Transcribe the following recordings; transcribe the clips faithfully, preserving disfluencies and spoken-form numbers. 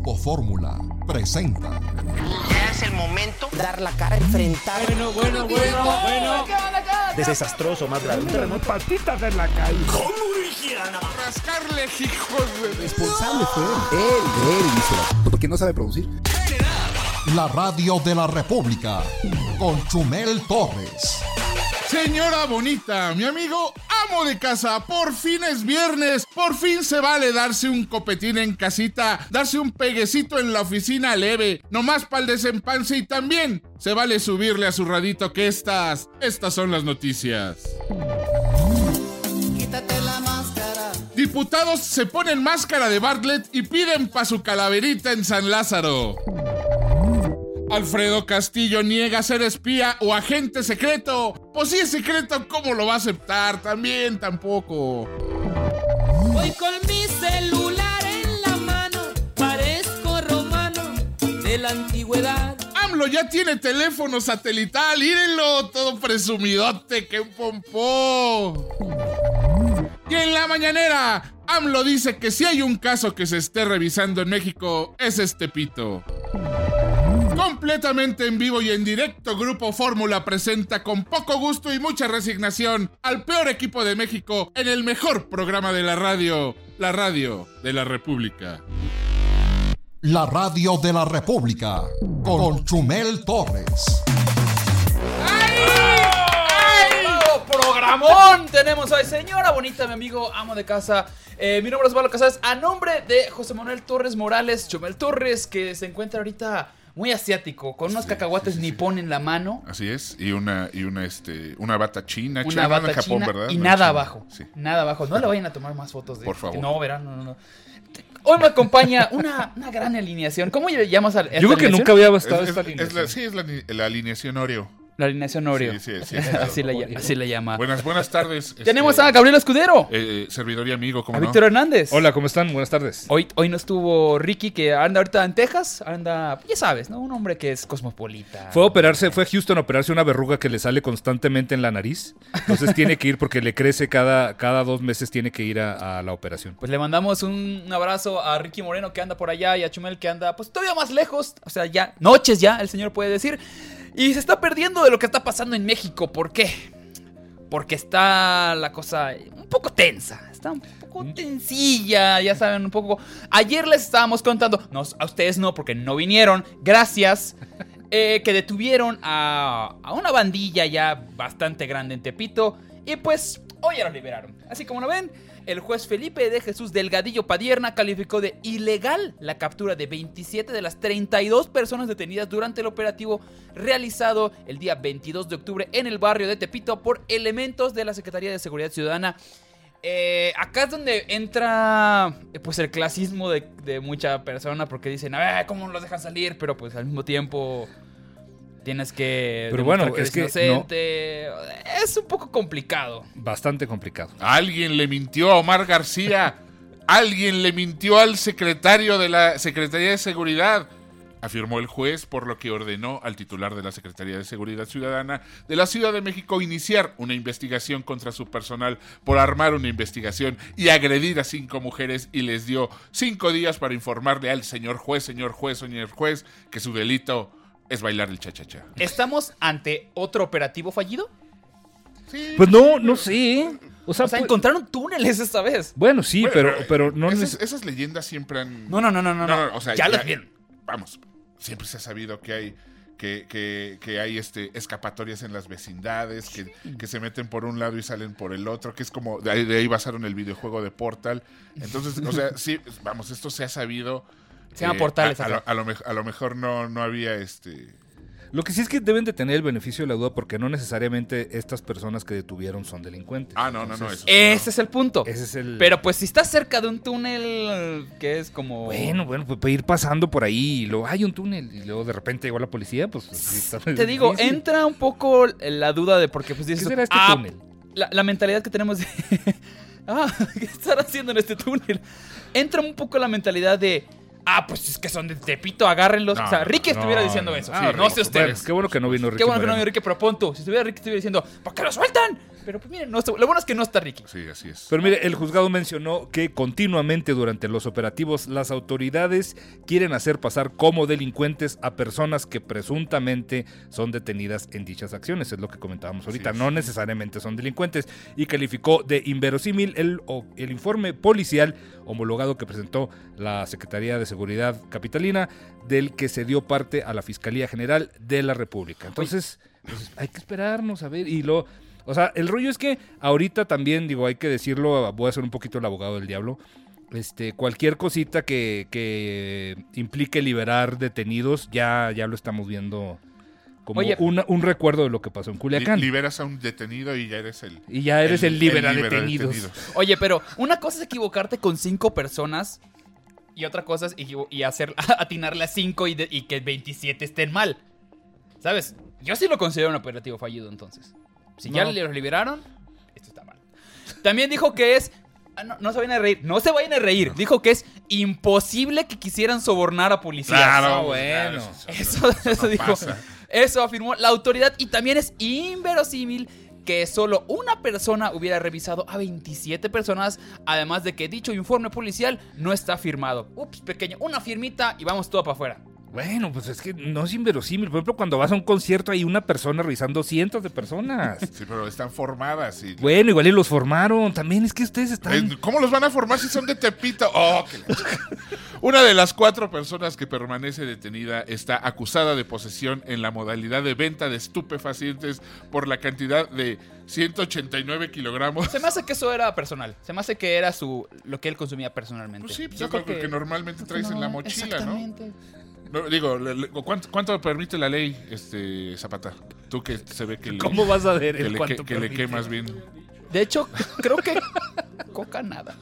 Grupo Fórmula presenta. Ya es el momento de dar la cara, enfrentar. Bueno, bueno, bueno, bueno. Desastroso, más grave. Patitas en la calle. ¿Cómo dijera? Rascarle, hijos de... Responsable fue él. Él hizo. Porque no sabe producir. La radio de la República con Chumel Torres. Señora bonita, mi amigo amo de casa, por fin es viernes, por fin se vale darse un copetín en casita, darse un peguecito en la oficina leve, nomás para el desempance, y también se vale subirle a su radito que estas, estas son las noticias. Quítate la máscara. Diputados se ponen máscara de Bartlett y piden pa' su calaverita en San Lázaro. Alfredo Castillo niega ser espía o agente secreto. Pues si es secreto, ¿cómo lo va a aceptar? También tampoco. Voy con mi celular en la mano, parezco romano de la antigüedad. AMLO ya tiene teléfono satelital, mírenlo, todo presumidote, qué pompó. Y en la mañanera, AMLO dice que si hay un caso que se esté revisando en México, es este pito. Completamente en vivo y en directo, Grupo Fórmula presenta con poco gusto y mucha resignación al peor equipo de México en el mejor programa de la radio, la radio de la República. La radio de la República con Chumel Torres. Programón tenemos hoy, señora bonita, mi amigo, amo de casa. Eh, mi nombre es Osvaldo Casares, a nombre de José Manuel Torres Morales, Chumel Torres, que se encuentra ahorita muy asiático, con unos sí, cacahuates sí, sí, nipón sí. en la mano. Así es, y una, y una, este, una bata china, una china, bata en Japón, china ¿verdad? Y no, nada china. abajo, sí. nada abajo. No le vayan a tomar más fotos de por favor. No, verán, no, no, no. Hoy me acompaña una, una gran alineación. ¿Cómo le llamas a esta Yo creo que nunca había estado es, esta es, alineación. Es la, sí, es la, la alineación Oreo. La alineación Oreo. Sí, sí, sí, así, la, así la llama. Buenas, buenas tardes. Tenemos este, a Gabriel Escudero. Eh, servidor y amigo, ¿cómo a no? Víctor Hernández. Hola, ¿cómo están? Buenas tardes. Hoy, hoy no estuvo Ricky, que anda ahorita en Texas. Anda, ya sabes, ¿no? Un hombre que es cosmopolita. Fue a operarse, fue a Houston a operarse una verruga que le sale constantemente en la nariz. Entonces tiene que ir porque le crece cada, cada dos meses, tiene que ir a, a la operación. Pues le mandamos un, un abrazo a Ricky Moreno, que anda por allá, y a Chumel, que anda pues todavía más lejos. O sea, ya noches ya, el señor puede decir. Y se está perdiendo de lo que está pasando en México. ¿Por qué? Porque está la cosa un poco tensa. Está un poco tensilla, ya saben, un poco. Ayer les estábamos contando, no, a ustedes no, porque no vinieron, gracias, eh, que detuvieron a, a una bandilla ya bastante grande en Tepito. Y pues hoy ya los liberaron. Así como lo ven, el juez Felipe de Jesús Delgadillo Padierna calificó de ilegal la captura de veintisiete de las treinta y dos personas detenidas durante el operativo realizado el día veintidós de octubre en el barrio de Tepito por elementos de la Secretaría de Seguridad Ciudadana. Eh, acá es donde entra pues el clasismo de, de mucha persona, porque dicen, a ver, ¿cómo los dejan salir? Pero pues al mismo tiempo tienes que Pero bueno, que es que inocente. No. Es un poco complicado. Bastante complicado. Alguien le mintió a Omar García. Alguien le mintió al secretario de la Secretaría de Seguridad, afirmó el juez, por lo que ordenó al titular de la Secretaría de Seguridad Ciudadana de la Ciudad de México iniciar una investigación contra su personal por armar una investigación y agredir a cinco mujeres, y les dio cinco días para informarle al señor juez, señor juez, señor juez, que su delito es bailar el cha-cha-cha. ¿Estamos ante otro operativo fallido? Sí. Pues no, no sé. O sea, o sea pues, encontraron túneles esta vez. Bueno, sí, Bueno, pero, pero no esas, neces- esas leyendas siempre han... No, no, no, no, no. No, no, o sea, ya, ya los vieron. Vamos, siempre se ha sabido que hay que, que, que hay este escapatorias en las vecindades, que, que se meten por un lado y salen por el otro, que es como, de ahí, de ahí basaron el videojuego de Portal. Entonces, o sea, sí, vamos, esto se ha sabido. Se llama eh, Portales. A, a, lo, a, lo, a lo mejor no, no había este... Lo que sí es que deben de tener el beneficio de la duda, porque no necesariamente estas personas que detuvieron son delincuentes. Ah, no, no, Entonces, no. Eso, Ese no. es el punto. Ese es el... Pero pues si estás cerca de un túnel que es como... Bueno, bueno, pues para ir pasando por ahí y luego hay un túnel y luego de repente llegó la policía, pues... Sí, está Te digo, difícil. entra un poco la duda de porque pues dices... ¿Qué será este ah, túnel? La, la mentalidad que tenemos de... ah, ¿qué están haciendo en este túnel? Entra un poco la mentalidad de... Ah, pues es que son de Tepito, agárrenlos. No, o sea, Ricky no, estuviera diciendo no, eso. sí, no Ricky, sé ustedes. bueno, qué bueno que no vino Ricky. Qué bueno que no Moreno. vino Ricky, pero punto. Si estuviera Ricky, estuviera diciendo, ¿por qué lo sueltan? Pero pues miren, no está- lo bueno es que no está Ricky. Sí, así es. Pero mire, el juzgado mencionó que continuamente durante los operativos las autoridades quieren hacer pasar como delincuentes a personas que presuntamente son detenidas en dichas acciones, es lo que comentábamos ahorita, Así es. no necesariamente son delincuentes, y calificó de inverosímil el, o- el informe policial homologado que presentó la Secretaría de Seguridad Capitalina, del que se dio parte a la Fiscalía General de la República. Entonces, pues, hay que esperarnos a ver, y lo... O sea, el rollo es que ahorita también, digo, hay que decirlo, voy a ser un poquito el abogado del diablo, este, cualquier cosita que, que implique liberar detenidos, ya, ya lo estamos viendo como Oye. una- un recuerdo de lo que pasó en Culiacán. Li- liberas a un detenido y ya eres el... y ya eres el, libera libera detenidos. Oye, pero una cosa es equivocarte con cinco personas y otra cosa es equivo- y hacer atinarle a cinco y, de- y que veintisiete estén mal. ¿Sabes? Yo sí lo considero un operativo fallido entonces. Si ya No. los liberaron, esto está mal. También dijo que es... ah, no, no se vayan a reír, no se vayan a reír. Dijo que es imposible que quisieran sobornar a policías. Claro, Ah, bueno. bueno. Eso, eso no dijo. pasa. Eso afirmó la autoridad y también es inverosímil que solo una persona hubiera revisado a veintisiete personas, además de que dicho informe policial no está firmado. Ups, pequeño, una firmita y vamos todo para afuera. Bueno, pues es que no es inverosímil. Por ejemplo, cuando vas a un concierto hay una persona revisando cientos de personas. Sí, pero están formadas y... Bueno, igual y los formaron. También es que ustedes están... Eh, ¿Cómo los van a formar si son de Tepito? Oh, que la chica. Una de las cuatro personas que permanece detenida está acusada de posesión en la modalidad de venta de estupefacientes por la cantidad de ciento ochenta y nueve kilogramos. Se me hace que eso era personal. Se me hace que era su lo que él consumía personalmente. Pues sí, pues Yo es lo creo que, normalmente traes en la No, mochila, exactamente. ¿no? No, digo, le- le- ¿cuánto, cuánto permite la ley, este Zapata? Tú que se ve que le, ¿Cómo vas a ver que el le, cuánto que, que le permite? quemas bien. De hecho, creo que coca nada.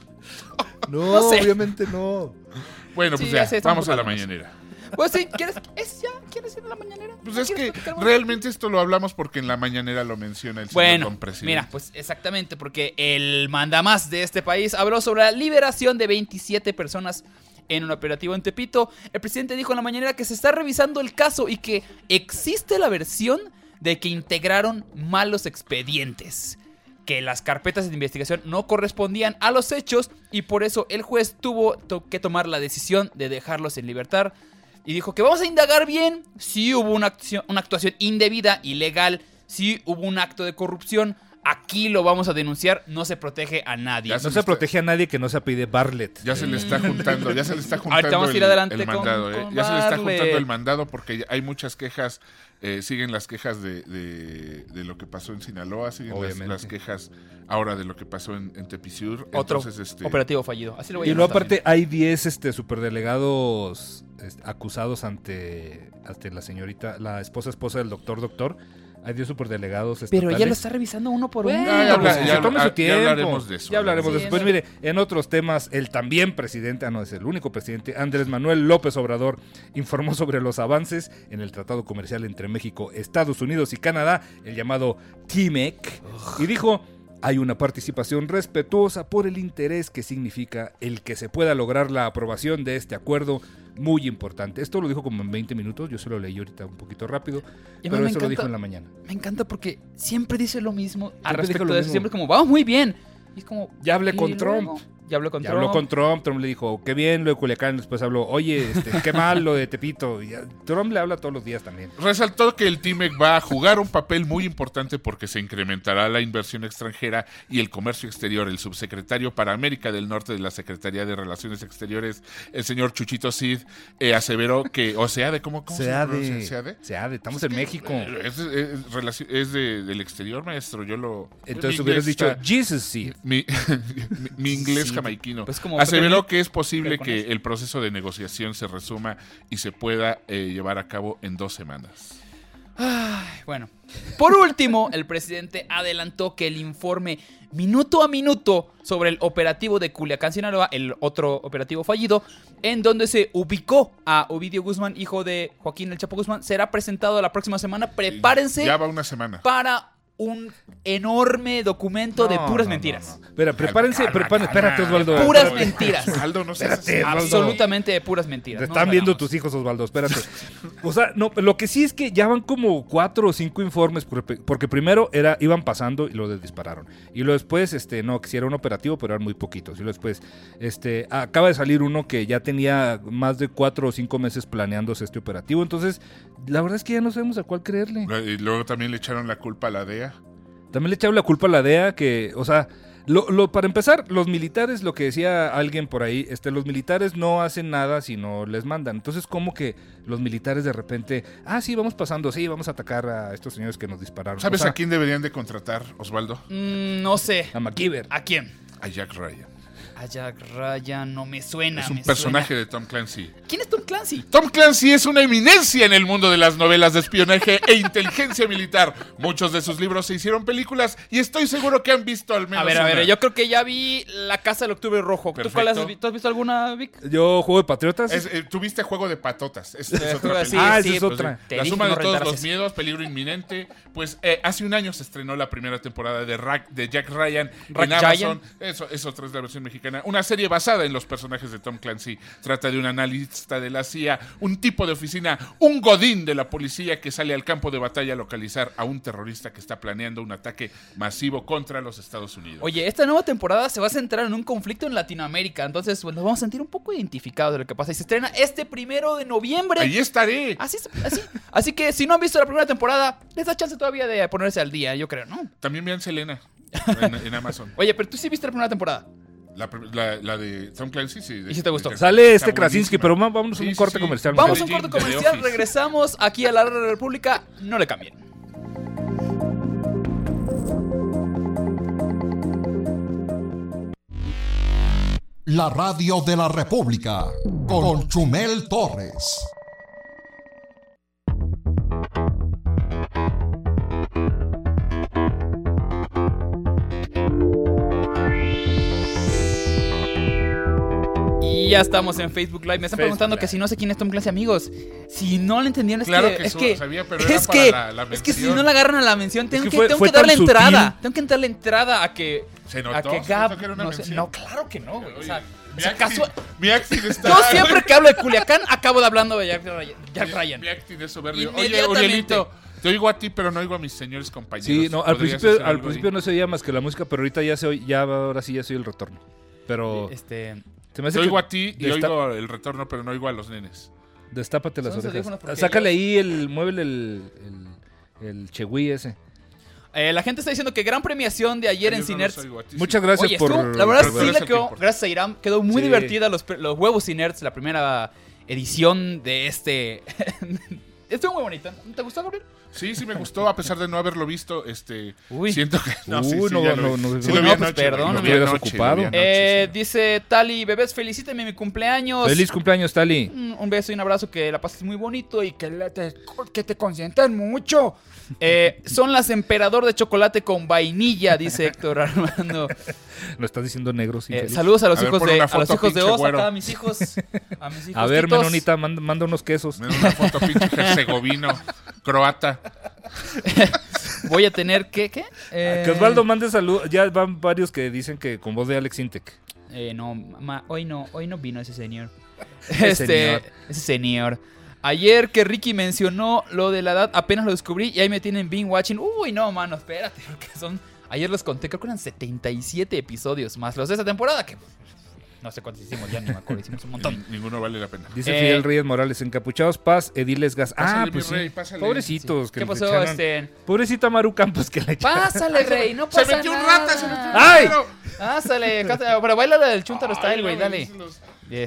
No, No sé. obviamente no. Bueno, pues Sí, ya, ya sé, estamos vamos a la ocupándonos. mañanera. Pues sí, ¿quieres, es ya, ¿quieres ir a la mañanera? Pues ¿No es que quieres platicar más? realmente esto lo hablamos porque en la mañanera lo menciona el señor Bueno, don presidente. mira, pues exactamente, porque el mandamás de este país habló sobre la liberación de veintisiete personas en un operativo en Tepito. El presidente dijo en la mañanera que se está revisando el caso y que existe la versión de que integraron malos expedientes, que las carpetas de investigación no correspondían a los hechos y por eso el juez tuvo to- que tomar la decisión de dejarlos en libertad. Y dijo que vamos a indagar bien si hubo una, acción, una actuación indebida, ilegal, si hubo un acto de corrupción. Aquí lo vamos a denunciar, no se protege a nadie. Ya No se protege a nadie que no se apellide Bartlett. Ya se le está juntando, ya se le está Ahorita juntando vamos a ir el, adelante el con- mandado, ¿eh? con Ya se le está Bartlett. juntando el mandado porque hay muchas quejas, eh, siguen las quejas de, de, de lo que pasó en Sinaloa, siguen las, Obviamente. las quejas ahora de lo que pasó en, en Tepizur. Otro Entonces, este, operativo fallido. Así lo voy a Y luego llamar aparte hay diez este, superdelegados este, acusados ante, ante la señorita, la esposa esposa del doctor doctor. Hay diez superdelegados también. Pero estatales. ella lo está revisando uno por Bueno, uno. Ah, ya habla- pues, ya se tome habla- su ya tiempo. hablaremos de eso. Ya hablaremos Sí, de eso. Pues eso. mire, en otros temas, el también presidente, ah no, es el único presidente, Andrés Manuel López Obrador, informó sobre los avances en el tratado comercial entre México, Estados Unidos y Canadá, el llamado T M E C, y dijo: hay una participación respetuosa por el interés que significa el que se pueda lograr la aprobación de este acuerdo muy importante. Esto lo dijo como en veinte minutos, yo se lo leí ahorita un poquito rápido, Y a mí pero me eso lo encanta- dijo en la mañana. Me encanta porque siempre dice lo mismo al Siempre dijo respecto lo de eso. mismo. Siempre es como, vamos muy bien. Y es como, Ya hablé ¿y con Trump. luego? Ya habló con Ya Trump. habló con Trump, Trump le dijo, qué bien lo de Culiacán, después habló, oye, este, qué mal lo de Tepito. Y ya- Trump le habla todos los días también. Resaltó que el T M E C va a jugar un papel muy importante porque se incrementará la inversión extranjera y el comercio exterior. El subsecretario para América del Norte de la Secretaría de Relaciones Exteriores, el señor Chuchito Cid, eh, aseveró que, o sea, de cómo, cómo se pronuncia? SEADE, ¿SEADE? SEADE, estamos en México. Es, es, relaci- es de- del exterior, maestro. Yo lo. Entonces mi hubieras inglés dicho, está- Jesus Seed. Mi, mi- mi inglés Sí, jamaiquino. pues como Aseveró pequeño, que es posible pero con que eso. el proceso de negociación se resuma y se pueda eh, llevar a cabo en dos semanas. Ay, bueno. Por último, el presidente adelantó que el informe minuto a minuto sobre el operativo de Culiacán, Sinaloa, el otro operativo fallido, en donde se ubicó a Ovidio Guzmán, hijo de Joaquín El Chapo Guzmán, será presentado la próxima semana. Prepárense Ya va una semana. para un enorme documento de No, puras no, mentiras. no, no. Espera, prepárense, Calma, prepárense. calma. Espérate, Osvaldo. Puras mentiras. Osvaldo, no seas así. Espérate, Osvaldo. Absolutamente de puras mentiras. Te No están nos viendo hagamos. tus hijos, Osvaldo, espérate. O sea, no, lo que sí es que ya van como cuatro o cinco informes, porque, porque primero era, iban pasando y lo dispararon. Y luego después, este, no, que sí era un operativo, pero eran muy poquitos. Y luego después, este, acaba de salir uno que ya tenía más de cuatro o cinco meses planeándose este operativo. Entonces, la verdad es que ya no sabemos a cuál creerle. Y luego también le echaron la culpa a la D E A. También le echaron la culpa a la D E A que, o sea, lo, lo, para empezar, los militares, lo que decía alguien por ahí, este, los militares no hacen nada si no les mandan. Entonces, ¿cómo que los militares de repente, ah, sí, vamos pasando, sí, vamos a atacar a estos señores que nos dispararon? ¿Sabes O sea, a quién deberían de contratar, Osvaldo? Mm, no sé. A MacGyver. ¿A quién? A Jack Ryan. A Jack Ryan no me suena. Es un me personaje suena. de Tom Clancy. ¿Quién es Tom Clancy? Tom Clancy es una eminencia en el mundo de las novelas de espionaje e inteligencia militar. Muchos de sus libros se hicieron películas y estoy seguro que han visto al menos A ver, a ver, una. yo creo que ya vi La Casa del Octubre Rojo. ¿Tú Perfecto. cuál has visto? ¿Tú has visto alguna, Vic? Yo juego de Patriotas. Es, eh, Tuviste Juego de Patotas. Es, es Eh, otra juega así, película. Ah, sí, esa es pues, otra. te La dije suma que de no todos rentaras los eso. miedos, peligro inminente. Pues eh, hace un año se estrenó la primera temporada de, Ra- de Jack Ryan Jack en Amazon. Ryan. Eso es otra, es la versión mexicana. Una serie basada en los personajes de Tom Clancy. Trata de un analista de la C I A, un tipo de oficina, un godín de la policía que sale al campo de batalla a localizar a un terrorista que está planeando un ataque masivo contra los Estados Unidos. Oye, esta nueva temporada se va a centrar en un conflicto en Latinoamérica. Entonces, pues, nos vamos a sentir un poco identificados de lo que pasa. Y se estrena este primero de noviembre. Ahí estaré. Así, es- así. Así que si no han visto la primera temporada, les da chance todavía de ponerse al día, yo creo, ¿no? También vean Selena en, en Amazon. Oye, pero tú sí viste la primera temporada. La, la- la de Tom Clancy, sí. ¿Y si te gustó? Sale Está este Krasinski, buenísima. pero va- vámonos a Sí, un sí, corte sí. comercial. Vamos a muchachos. un corte Jim de The comercial, Office. regresamos aquí a la Radio República. No le cambien. La radio de la República con Chumel Torres. Y ya estamos en Facebook Live. Me están Facebook preguntando Live. que si no sé quién es Tom Clancy, amigos. Si no lo entendieron, es Claro que, que es so- que, sabía, pero era es para que, la- la es que si mención. no la agarran a la mención, tengo que que, fue- tengo fue que darle tan sutil. entrada. Tengo que darle entrada a que Se a notó, que se Gab, notó que era una no, sé, mención. no, claro que no, güey. O sea, Mi o sea, acting- casual- mi acting está... yo siempre que hablo de Culiacán acabo de hablando de Jack, Ryan- Jack Mi- Ryan. Mi acting es soberbio. Oye, Inmediatamente. Urielito, te oigo a ti, pero no oigo a mis señores compañeros. Sí, no, al ¿Podrías principio, hacer al algo principio ahí? no se oía más que la música, pero ahorita ya se oye, ya ahora sí ya se oye el retorno. Pero Este, se me hace Te oigo que a ti y desta- oigo el retorno, pero no oigo a los nenes. Destápate las Son esos orejas. audífonos porque Sácale yo- ahí el, muévele el, el, el chegüí ese. eh, la gente está diciendo que gran premiación de ayer en Yo no los Cinerts. oigo a ti, Muchas sí. gracias Oye, por... estuvo- la verdad pero sí es le el quedó, tiempo. gracias a Irán, quedó muy Sí. divertida los, los huevos Cinerts, la primera edición de este. Estuvo muy bonita. ¿Te gustó, Gabriel? Sí, sí me gustó, a pesar de no haberlo visto. Este, Uy. siento que... Uy, sí, sí, no, ya no, lo vi. no, Sí no, lo vi no, anoche, pues, perdón, lo vi me hubieras anoche, ocupado. lo vi anoche, Eh, sí. dice Tali, bebés, felicítame mi cumpleaños. Feliz cumpleaños, Tali. Mm, Un beso y un abrazo, que la pases muy bonito y que, la- te, que te consientan mucho. Eh, son las emperador de chocolate con vainilla, dice Héctor Armando. Lo estás diciendo negro, sí. Eh, feliz. saludos a los A ver, hijos ponle de una a los foto, hijos de pinche Oz, güero. acá a mis hijos. A mis hijos. A ver, titos. Menonita, manda, manda unos quesos. Me da una foto pinche herzegovino, croata. Voy a tener que ¿qué? Eh, Que Osvaldo mande saludos. Ya van varios que dicen que con voz de Alex Intec. Eh, no, ma- hoy no, hoy no vino ese señor. Ese este, señor. ese señor. Ayer que Ricky mencionó lo de la edad, apenas lo descubrí y ahí me tienen binge watching. Uy, no, mano, espérate, porque son. Ayer los conté, creo que eran setenta y siete episodios más los de esa temporada, que no sé cuántos hicimos, ya ni me acuerdo, hicimos un montón. Ni- Ninguno vale la pena. Dice Eh, Fidel Reyes Morales, encapuchados paz, ediles gas. Pásale, Ah, mi pues sí. rey, pásale. Pobrecitos. que ¿Qué les pasó, echaron- este? Pobrecita Maru Campos que le echaron. Pásale, rey, no Se pasa metió un nada. rata, se metió un ¡Ay! rata. Pásale, cásale, pero baila la del Chuntaro Style, güey, Ay, dale. dicen los-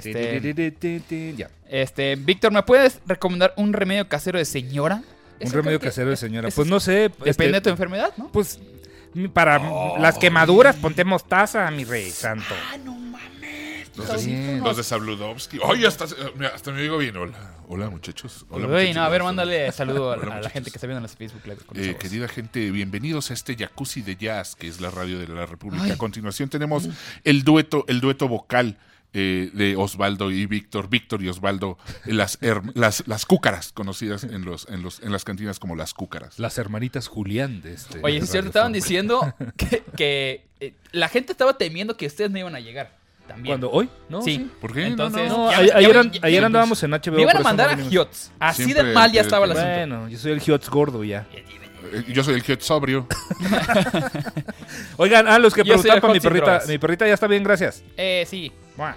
Este, Ya. este, Víctor, ¿me puedes recomendar un remedio casero de señora? Un Eso remedio creo que- casero de señora. eso Pues es- no sé. Depende este, de tu enfermedad, ¿no? Pues para las quemaduras ponte mostaza, mi rey santo. Los Está de, bien. los de Sabludovsky. Oye, hasta, mira, hasta me digo bien. Hola, hola muchachos. Hola, Uy, muchachos. no, a ver, mándale saludo a, Hola, a la muchachos. gente que está viendo en los Facebook Live. con Eh, esa voz. querida gente, bienvenidos a este jacuzzi de jazz que es la radio de la República. Ay. A continuación tenemos el dueto, el dueto vocal eh, de Osvaldo y Víctor, Víctor y Osvaldo, las, her- las, las cúcaras, conocidas en, los, en, los, en las cantinas como las cúcaras. Las hermanitas Julián de este. Oye, de es cierto, Radio estaban Fórmula. diciendo que, que, eh, la gente estaba temiendo que ustedes no iban a llegar. También. ¿Cuándo? ¿Hoy? ¿No? Sí. ¿Por qué? Entonces, No, No, ya- a- ya- ayer, ya- an- ya- ayer ya- andábamos en H B O. Me iban a por eso mandar no a vinimos. Hiots. Así Siempre de mal ya te- estaba el te- asunto. Bueno, yo soy el Hiots gordo ya. Eh, Yo soy el Hot sobrio. Oigan, ah, los que Yo soy preguntaban el para mi Hot sin perrita. drogas. Mi perrita ya está bien, gracias. Eh, sí. Buah.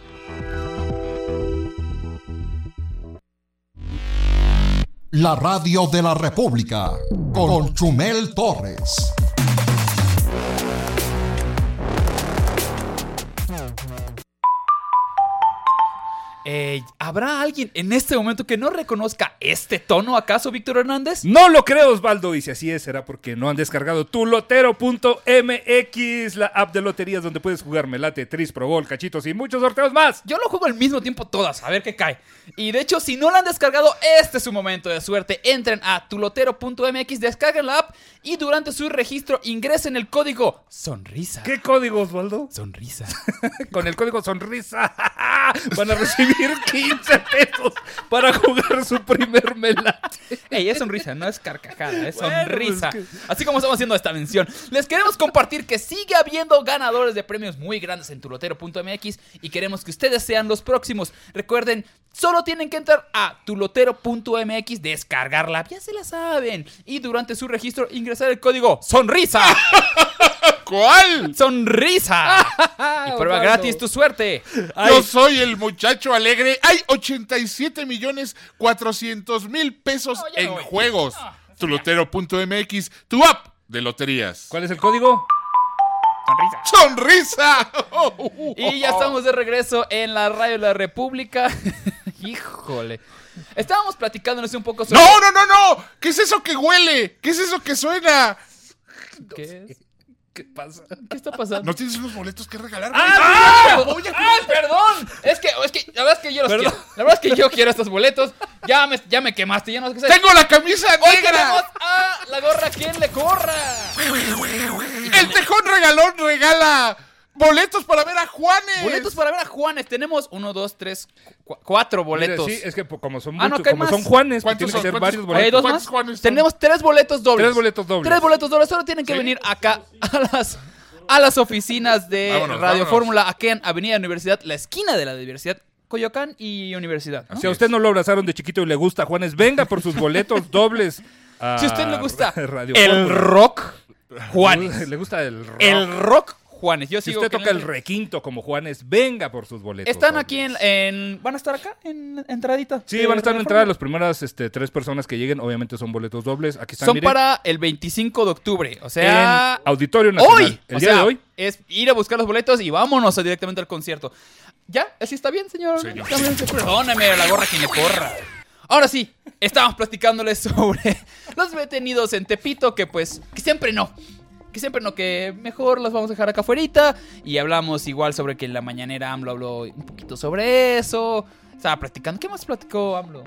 La radio de la República con Chumel Torres. Eh, ¿Habrá alguien en este momento que no reconozca este tono, acaso, Víctor Hernández? No lo creo, Osvaldo. Y si así es, será porque no han descargado tu lotero punto m x, la app de loterías donde puedes jugar Melate, Tris, Pro Bowl, cachitos y muchos sorteos más. Yo lo juego al mismo tiempo todas, a ver qué cae. Y de hecho, si no lo han descargado, este es su momento de suerte. Entren a tulotero punto m x, descarguen la app y durante su registro ingresen el código Sonrisa. ¿Qué código, Osvaldo? Sonrisa. Con el código Sonrisa van a recibir quince pesos para jugar su primer Melate. Ey, es sonrisa, no es carcajada, es Bueno, sonrisa. pues Así como estamos haciendo esta mención. Les queremos compartir que sigue habiendo ganadores de premios muy grandes en tulotero punto m x y queremos que ustedes sean los próximos. Recuerden, solo tienen que entrar a tulotero punto m x, descargar la app, ya se la saben. Y durante su registro ingresar el código Sonrisa. ¿Cuál? ¡Sonrisa! Y prueba Osvaldo. gratis tu suerte. Yo soy el muchacho alegre. Hay ochenta y siete millones cuatrocientos mil pesos No, ya en no voy. juegos. No, tulotero punto m x, tu app de loterías. ¿Cuál es el código? ¡Sonrisa! Y ya estamos de regreso en la radio de la República. Híjole. Estábamos platicándonos un poco sobre... ¡No, no, no, no! ¿Qué es eso que huele? ¿Qué es eso que suena? ¿Qué es? ¿Qué pasa? ¿Qué está pasando? ¿No tienes unos boletos que regalar? ¡Ah! ¡Ay, perdón! Es que, es que la verdad es que yo los Perdón. quiero. La verdad es que yo quiero estos boletos. Ya me, ya me quemaste, ya no sé qué hacer. ¡Tengo la camisa Hoy tenemos negra! a la gorra quien le corra. ¡El tejón regalón regala boletos para ver a Juanes! Boletos para ver a Juanes. Tenemos uno, dos, tres, cu- cuatro boletos. Mira, sí, es que po- como son, Ah, no, muchos- que hay como más. son Juanes, pues ¿Cuántos tienen que son? ser ¿Cuántos- varios ¿Hay boletos. dos ¿Cuántos más? Juanes son? Tenemos tres boletos dobles. Tres boletos dobles. Tres boletos dobles. Solo tienen que ¿Sí? venir acá a las, a las oficinas de Vámonos, Radio vámonos. Fórmula, aquí en Avenida Universidad, la esquina de la Universidad, Coyoacán y Universidad, ¿no? Si a usted no lo abrazaron de chiquito y le gusta Juanes, venga por sus boletos dobles. a Si a usted le gusta Radio el Fórmula. rock, Juanes. Le gusta el rock. El rock, Juanes. Yo Si sigo usted toca el queriendo- requinto como Juanes, venga por sus boletos. Están dobles. aquí en, en- ¿Van a estar acá? En entradita. Sí, de van a estar en Radio entrada Fórmula. las primeras este, tres personas que lleguen. Obviamente son boletos dobles. Aquí están, Son mire, para el veinticinco de octubre. O sea, en Auditorio Nacional. hoy. El O día sea, de hoy. es ir a buscar los boletos y vámonos directamente al concierto. ¿Ya? ¿Así está bien, señor? Señor. Está bien, perdóname, la gorra que me corra. Ahora sí, estábamos platicándoles sobre los detenidos en Tepito, que pues, que siempre no. Que siempre no, que mejor los vamos a dejar acá afuera. Y hablamos igual sobre que en la mañanera AMLO habló un poquito sobre eso. Estaba platicando. ¿Qué más platicó AMLO?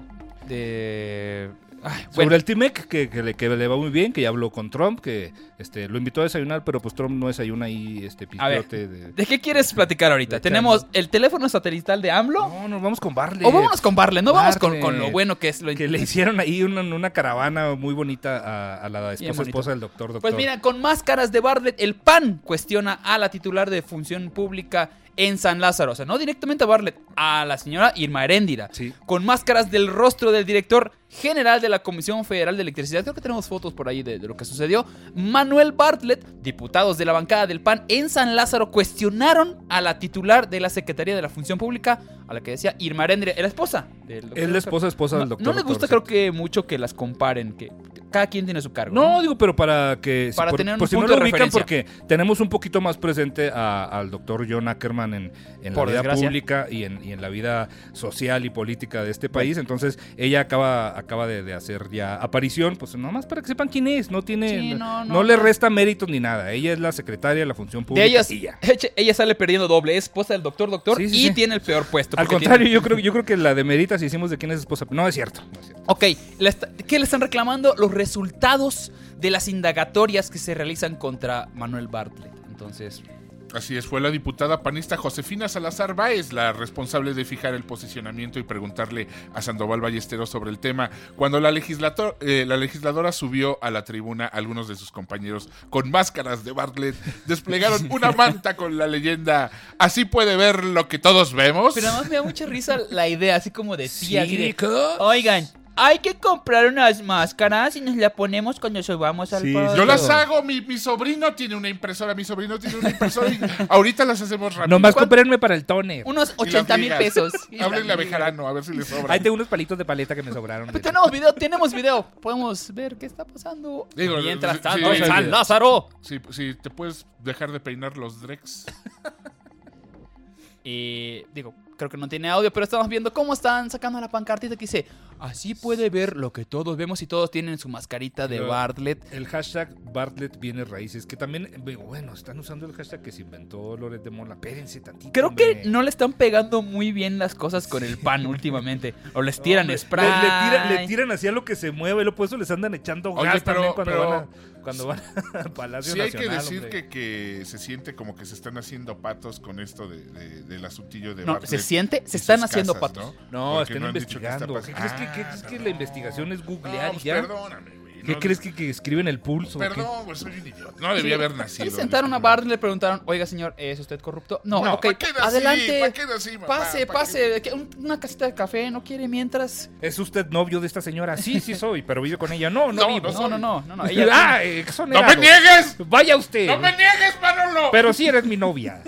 De... Ay, Sobre bueno. el T-MEC, que, que, le, que le va muy bien, que ya habló con Trump, que este, lo invitó a desayunar, pero pues Trump no desayuna ahí este A ver, pispiote de... ¿de qué quieres platicar ahorita? de Tenemos Charlie. el teléfono satelital de AMLO. No, nos vamos con Barley. O vámonos con Barley, no vamos con, Barley. con lo bueno que es lo Que le hicieron ahí una, una caravana muy bonita a, a la Bien esposa, bonito. esposa del doctor, doctor. Pues mira, con máscaras de Bartlett, el P A N cuestiona a la titular de Función Pública en San Lázaro. O sea, no directamente a Bartlett, a la señora Irma Heréndira. Sí. Con máscaras del rostro del director general de la Comisión Federal de Electricidad. Creo que tenemos fotos por ahí de, de lo que sucedió. Manuel Bartlett, diputados de la bancada del P A N en San Lázaro, cuestionaron a la titular de la Secretaría de la Función Pública, a la que decía Irma Heréndira, la esposa del doctor. Es la esposa, esposa No, del doctor. no les gusta, doctor, creo que mucho que las comparen, que cada quien tiene su cargo. No, digo, pero para que... Para por, tener por un si punto no lo de ubican, referencia. porque tenemos un poquito más presente a- al doctor John Ackerman en, en la Por vida desgracia. pública y en, y en la vida social y política de este país. Entonces, ella acaba, acaba de, de hacer ya aparición, pues nomás para que sepan quién es. No tiene... Sí, no, no, no, le no. resta méritos ni nada. Ella es la secretaria de la función pública De ellas, y ya. ella, ella sale perdiendo doble, es esposa del doctor doctor Sí, sí, y sí. tiene el peor puesto. Al porque contrario, tiene- yo creo, yo creo que la de Merita si hicimos de quién es esposa. No, es cierto. No es cierto. Ok, le está- ¿qué le están reclamando? Los resultados de las indagatorias que se realizan contra Manuel Bartlett. Entonces, Así es, fue la diputada panista Josefina Salazar Báez la responsable de fijar el posicionamiento y preguntarle a Sandoval Ballesteros sobre el tema. Cuando la, legislator, eh, la legisladora subió a la tribuna, algunos de sus compañeros con máscaras de Bartlett desplegaron una manta con la leyenda "Así puede ver lo que todos vemos". Pero además me da mucha risa la idea, así como de tía, así de, Chicos. oigan, hay que comprar unas máscaras y nos la ponemos cuando subamos al Sí, podio. Yo las hago, mi, mi sobrino tiene una impresora, mi sobrino tiene una impresora y ahorita las hacemos rápido. Nomás comprenme para el toner. Unos Y las ochenta mil ligas. pesos. Háblenle a Bejarano, a ver si les sobra. Ahí tengo unos palitos de paleta que me sobraron. Pues tenemos video, tenemos video. Podemos ver qué está pasando. Digo, Mientras sí, tanto, sí, en sí. San Lázaro. Si sí, te puedes dejar de peinar los drex. Y digo, creo que no tiene audio, pero estamos viendo cómo están sacando la pancartita que dice: así puede ver lo que todos vemos, y todos tienen su mascarita de Pero Bartlett. El hashtag Bartlett viene raíces, que también, bueno, están usando el hashtag que se inventó Loret de Mola. Espérense tantito. Creo hombre. que no le están pegando muy bien las cosas con el pan últimamente. O les tiran Hombre, spray. Le, le tiran, le tiran así a lo que se mueve, lo por eso les andan echando Oye, gas pero- también cuando, pero- van a, cuando van a Palacio Sí hay Nacional. que decir hombre. que, que se siente como que se están haciendo patos con esto de, de- del asuntillo de No, Bartlett se siente, y se están sus haciendo casas, patos. No, Porque están no han dicho qué está investigando. ¿Qué crees pasando. que, qué crees Ah, que la perdón. investigación es No, googlear y pues ya? perdóname, güey. ¿Qué No, crees que, que escriben el pulso? o qué? Perdón, pues soy un idiota. No debía haber nacido. Se sentaron a Bartlett y le preguntaron: oiga, señor, ¿es usted corrupto? No, No, ok, ¿pa' qué nací? adelante. ¿Pa' qué nací, mamá? pase, ¿Pa' pase. ¿Qué? Un- Una casita de café, ¿no quiere mientras? ¿Es usted novio de esta señora? Sí, sí soy, pero vive con ella. No, no, No, vivo. No, no, no, no, no. Ella ah, eh, son ¡No me erados. niegues! Vaya usted. ¡No me niegues, Manolo! Pero sí eres mi novia.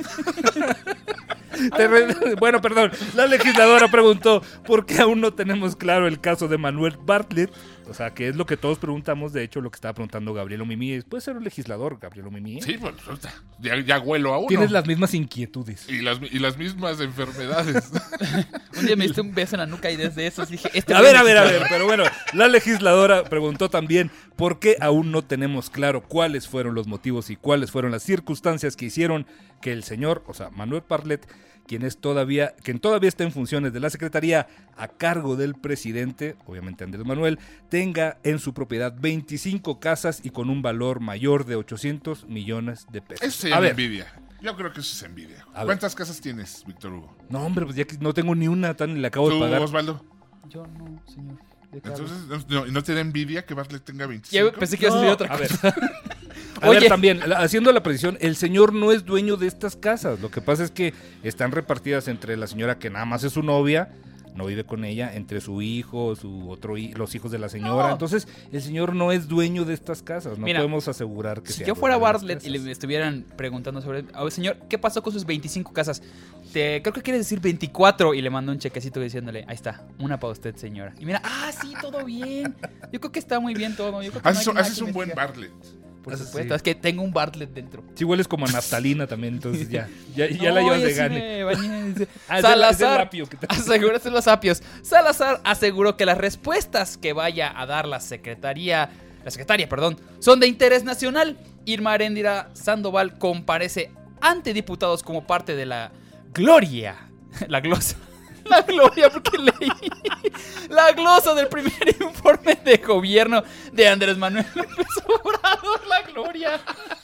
Te re- Bueno, perdón. La legisladora preguntó por qué aún no tenemos claro el caso de Manuel Bartlett. O sea, que es lo que todos preguntamos. De hecho, lo que estaba preguntando Gabriel Mimí. ¿Puede ser un legislador, Gabriel Mimí? Sí, pues resulta. Ya, ya huelo a uno. Tienes las mismas inquietudes. Y las, y las mismas enfermedades. un día me diste un beso en la nuca y desde eso dije: este A güey ver, a ver, a necesita- ver, pero bueno, la legisladora preguntó también por qué aún no tenemos claro cuáles fueron los motivos y cuáles fueron las circunstancias que hicieron que el señor, o sea, Manuel Bartlett, quien es todavía, quien todavía está en funciones de la Secretaría a cargo del presidente, obviamente Andrés Manuel, tenga en su propiedad veinticinco casas y con un valor mayor de ochocientos millones de pesos. Eso se A llama ver, envidia. Yo creo que eso es envidia. A ver. ¿Cuántas casas tienes, Víctor Hugo? no hombre, pues ya que no tengo ni una, tan le acabo de ¿Tú, pagar. Osvaldo? Yo no, señor. ¿De qué hablas? Entonces, ¿no, no te da envidia que Bartlett tenga veinticinco? Ya pensé que ibas a decir otra a ver. cosa. A Oye. ver, también, la- haciendo la precisión, el señor no es dueño de estas casas. Lo que pasa es que están repartidas entre la señora que nada más es su novia, no vive con ella, entre su hijo, su otro hi- los hijos de la señora. No. Entonces, el señor no es dueño de estas casas. No Mira, podemos asegurar que Si sea yo fuera dueño de las Bartlett y casas. le estuvieran preguntando sobre, a ver, señor, ¿qué pasó con sus veinticinco casas? Te, creo que quieres decir veinticuatro, y le mando un chequecito diciéndole: ahí está, una para usted, señora. Y mira, ah, sí, todo bien. Yo creo que está muy bien todo. Yo creo que no Haces, hay nada haces que un buen investigar. Bartlett. Por Ah, supuesto, sí. es que tengo un Bartlett dentro. Sí, hueles como a naftalina también, entonces ya, ya, ya No, la llevas yo de sí gane. me bañé, dice. Ah, es del- es del Salazar, apio que te- asegúrate los apios. Salazar aseguró que las respuestas que vaya a dar la secretaría, la secretaria, perdón, son de interés nacional. Irma Aréndira Sandoval comparece ante diputados como parte de la gloria, la glosa. La gloria, porque leí la glosa del primer informe de gobierno de Andrés Manuel López Obrador. La gloria.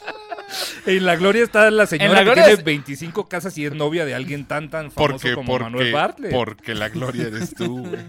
En la gloria está la señora En la que gloria tiene es- veinticinco casas y es novia de alguien tan tan famoso Porque, como Manuel porque, Bartlett. porque la gloria eres tú, güey.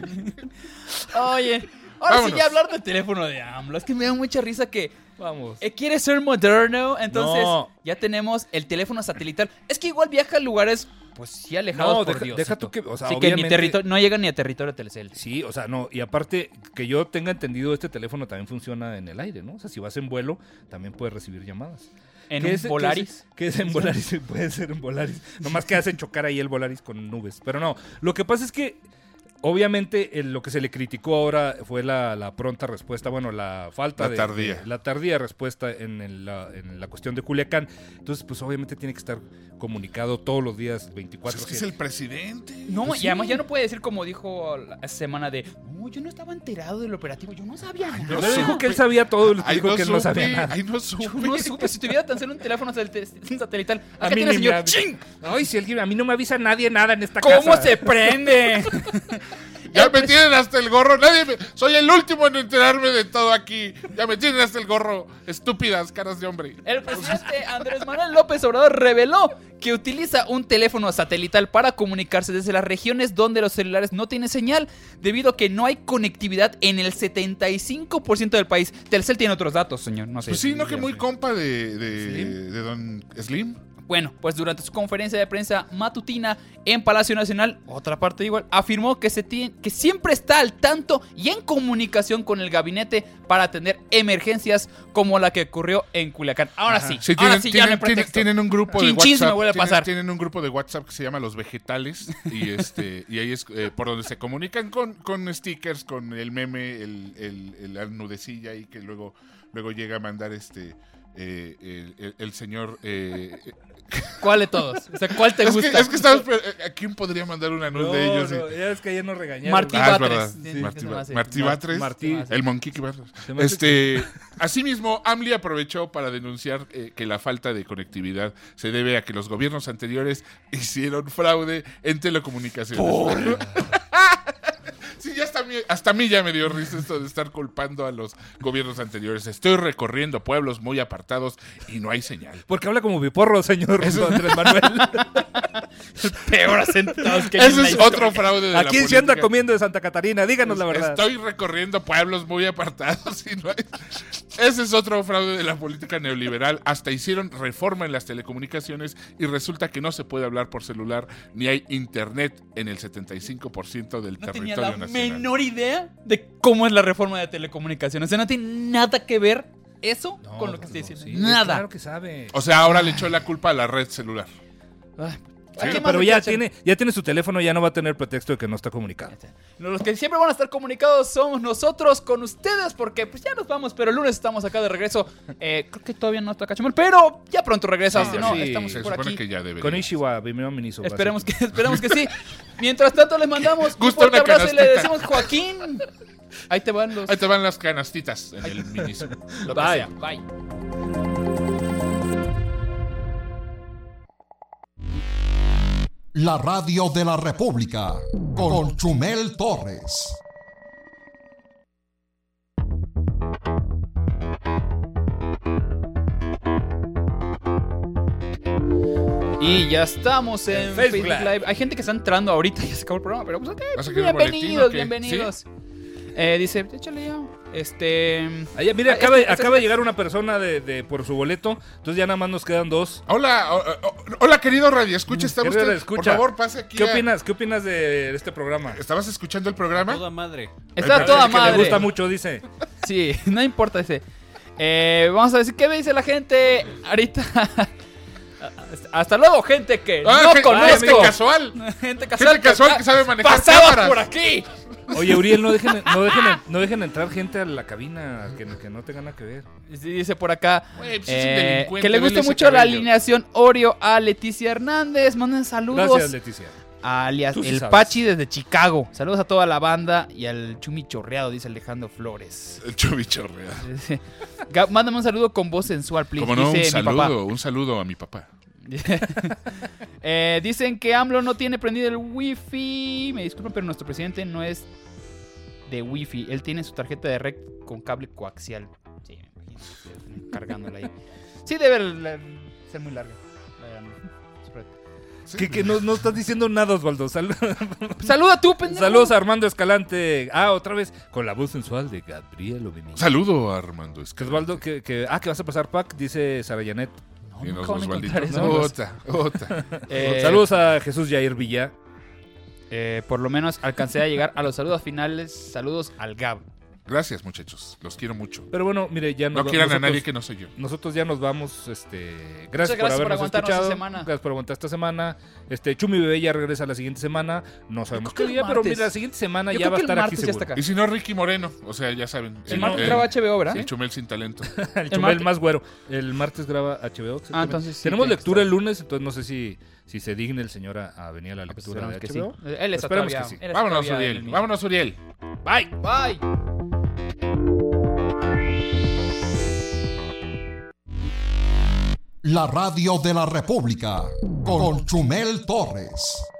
Oye, ahora Vámonos. sí ya hablar del teléfono de AMLO. Es que me da mucha risa que Vamos. eh, quiere ser moderno, entonces No. ya tenemos el teléfono satelital. Es que igual viaja a lugares, pues sí, alejados No, por deja- Dios. deja tú que- o sea, sí, que ni obviamente- territorio, no llega ni a territorio Telcel. Sí, o sea, no, y aparte, que yo tenga entendido, este teléfono también funciona en el aire, ¿no? O sea, si vas en vuelo, también puedes recibir llamadas. En ¿Qué un es- qué Volaris. es- ¿Qué es en Volaris? Sí, puede ser en Volaris. Nomás que hacen chocar ahí el Volaris con nubes. Pero no, lo que pasa es que, obviamente, el- lo que se le criticó ahora fue la, la pronta respuesta, bueno, la falta La de... tardía. de- la tardía respuesta en, el- la, en la cuestión de Culiacán. Entonces, pues obviamente tiene que estar comunicado todos los días veinticuatro Pues es que es siete. el presidente. No, Pues y sí. además ya no puede decir como dijo la semana de, no, yo no estaba enterado del operativo, yo no sabía nada. No dijo que él sabía todo, le Ahí dijo no que él no supe, sabía nada. ahí no supe. Yo no supe, si tuviera tan solo un teléfono satel- satelital. A Acá mí tiene el ni señor, me avisa. ¡ching! Ay, si alguien, a mí no me avisa nadie nada en esta ¿Cómo casa. se prende? Ya El me pres- tienen hasta el gorro. Nadie me... Soy el último en enterarme de todo aquí. Ya me tienen hasta el gorro. Estúpidas caras de hombre. El presidente Andrés Manuel López Obrador reveló que utiliza un teléfono satelital para comunicarse desde las regiones donde los celulares no tienen señal, debido a que no hay conectividad en el setenta y cinco por ciento del país. Telcel tiene otros datos, señor. No sé. Pues sí, ¿no? Que muy compa de, de, Slim. de don Slim. Bueno, pues durante su conferencia de prensa matutina en Palacio Nacional, otra parte igual, afirmó que, se tiene, que siempre está al tanto y en comunicación con el gabinete para atender emergencias como la que ocurrió en Culiacán. Ahora sí, Sí, ahora tienen, sí, ya no hay tienen, tienen, pretexto. tienen un grupo de Chin, chin, se WhatsApp. me vuelve a tienen, pasar. tienen un grupo de WhatsApp que se llama Los Vegetales. Y este y ahí es eh, por donde se comunican con, con stickers, con el meme, el, el, el la nudecilla y que luego, luego llega a mandar este eh, el, el- el señor. Eh, ¿Cuál de todos? O sea, ¿cuál te es, gusta? que, es que estaba esper- ¿A quién podría mandar una nud No, de ellos? no, Sí. ya es que ayer nos regañaron. Martí Ah, es Batres. verdad. Sí, Martí, se me Ba- hace. Martí Mar- Batres. Martí. El Monkey Batres. Se me hace Este, asimismo, AMLI aprovechó para denunciar eh, que la falta de conectividad se debe a que los gobiernos anteriores hicieron fraude en telecomunicaciones. Sí, ya hasta a, mí, hasta a mí ya me dio risa esto de estar culpando a los gobiernos anteriores. Estoy recorriendo pueblos muy apartados y no hay señal. Porque habla como biporro, señor Andrés Manuel. Peor asentados que hay en Ese la es historia. otro fraude de ¿A la quién se anda política. comiendo de Santa Catarina? Díganos la verdad. Estoy recorriendo pueblos muy apartados y no hay... Ese es otro fraude de la política neoliberal. Hasta hicieron reforma en las telecomunicaciones y resulta que no se puede hablar por celular ni hay internet en el setenta y cinco por ciento del No tenía territorio la nacional. menor idea de cómo es la reforma de telecomunicaciones. O sea, no tiene nada que ver eso No, con lo que pues estoy no, diciendo. sí, Nada. Claro que sabe. O sea, ahora le echó la culpa a la red celular. Ay, Sí, ¿a qué más Pero le ya echan? tiene, ya tiene su teléfono, ya no va a tener pretexto de que no está comunicado. Los que siempre van a estar comunicados somos nosotros con ustedes, porque pues ya nos vamos, pero el lunes estamos acá de regreso. Eh, creo que todavía no está Cachemol, pero ya pronto regresa. Sí, no, sí, estamos Se por supone aquí. que ya debería. Con Ishiwa, Vimeo Miniso. Esperemos que, esperemos que sí. Mientras tanto, les mandamos un Gusta fuerte una abrazo y le canastita. decimos, Joaquín, ahí te van los... Ahí te van las canastitas en el minismo. lo que Bye. sea. Bye. La radio de la República con Chumel Torres. Y ya estamos en Facebook Facebook Live. Live. Hay gente que está entrando ahorita, ya se acabó el programa, pero pues ok, ¿Vas a querer bienvenidos, boletín o qué? bienvenidos. Eh, dice, échale ya. Este. Allá, mire, Ah, acaba, este- este- acaba de llegar una persona de, de- por su boleto, entonces ya nada más nos quedan dos. Hola, o- o- hola querido Radio Escucha, ¿está Querido usted? radioescucha, Por favor, pase aquí. ¿Qué a- opinas? ¿Qué opinas de este programa? ¿Estabas escuchando el programa? Toda madre. Está Ay, toda Es que madre. le gusta mucho, dice. Sí, no importa ese. Eh, vamos a decir qué me dice la gente ahorita. Hasta luego, gente que Ah, no gente- conozco. gente casual. Gente casual, Gente casual que sabe manejar pasaba cámaras. por aquí. Oye, Uriel, no dejen, no, dejen, no dejen entrar gente a la cabina que, que no tenga nada que ver. Sí, dice por acá Güey, pues es un eh, delincuente, que le vele guste ese mucho la cabello. alineación Oreo a Leticia Hernández. Manden saludos. Gracias, Leticia. Alias Tú sí el sabes. Pachi desde Chicago. Saludos a toda la banda y al Chumi Chorreado, dice Alejandro Flores. El chubichorrea. Gab, mándame un saludo con voz sensual, please. Como no, un dice mi papá. saludo, un saludo a mi papá. Eh, dicen que AMLO no tiene prendido el wifi. Me disculpan, pero nuestro presidente no es de wifi. Él tiene su tarjeta de red con cable coaxial. Sí, me imagino. Cargándola ahí. Sí, debe la- ser muy larga. La- su red. Que, que no, no estás diciendo nada, Osvaldo. Sal- Saluda tú, pendejo. Saludos a Armando Escalante. Ah, otra vez con la voz sensual de Gabriel Oveni. Saludo a Armando Que Escalante. Osvaldo, que, que, ah, que vas a pasar pack, dice Sara Janet. No, Y nunca los van a Osvalditos. encontrar eso. Ota, ota. Eh, Saludos a Jesús Jair Villa. eh, por lo menos alcancé a llegar a los saludos finales. Saludos al Gab. Gracias, muchachos. Los quiero mucho. Pero bueno, mire, ya No nos- quieran a nosotros- nadie que no soy yo. Nosotros ya nos vamos, este, gracias, gracias por por habernos aguantarnos escuchado, esta semana. gracias por aguantar esta semana, este, Chumi Bebé ya regresa la siguiente semana, no sabemos creo qué que el día, pero martes. mira, la siguiente semana Yo ya creo va a que el estar aquí martes ya seguro. está acá. Y si no, Ricky Moreno. O sea, ya saben. El martes graba H B O, ¿verdad? El Chumel sin talento. El Chumel martes- más güero, el martes graba H B O. exactamente. Ah, entonces sí, Tenemos tiene que lectura estar. el lunes, entonces no sé si, si se digne el señor a, a venir a la Pues lectura de esperemos que H sí. B O. Él está Esperemos todavía- que sí. él está Vámonos, todavía en el Uriel. mismo. Vámonos, Uriel. Bye. Bye. La radio de la República con Chumel Torres.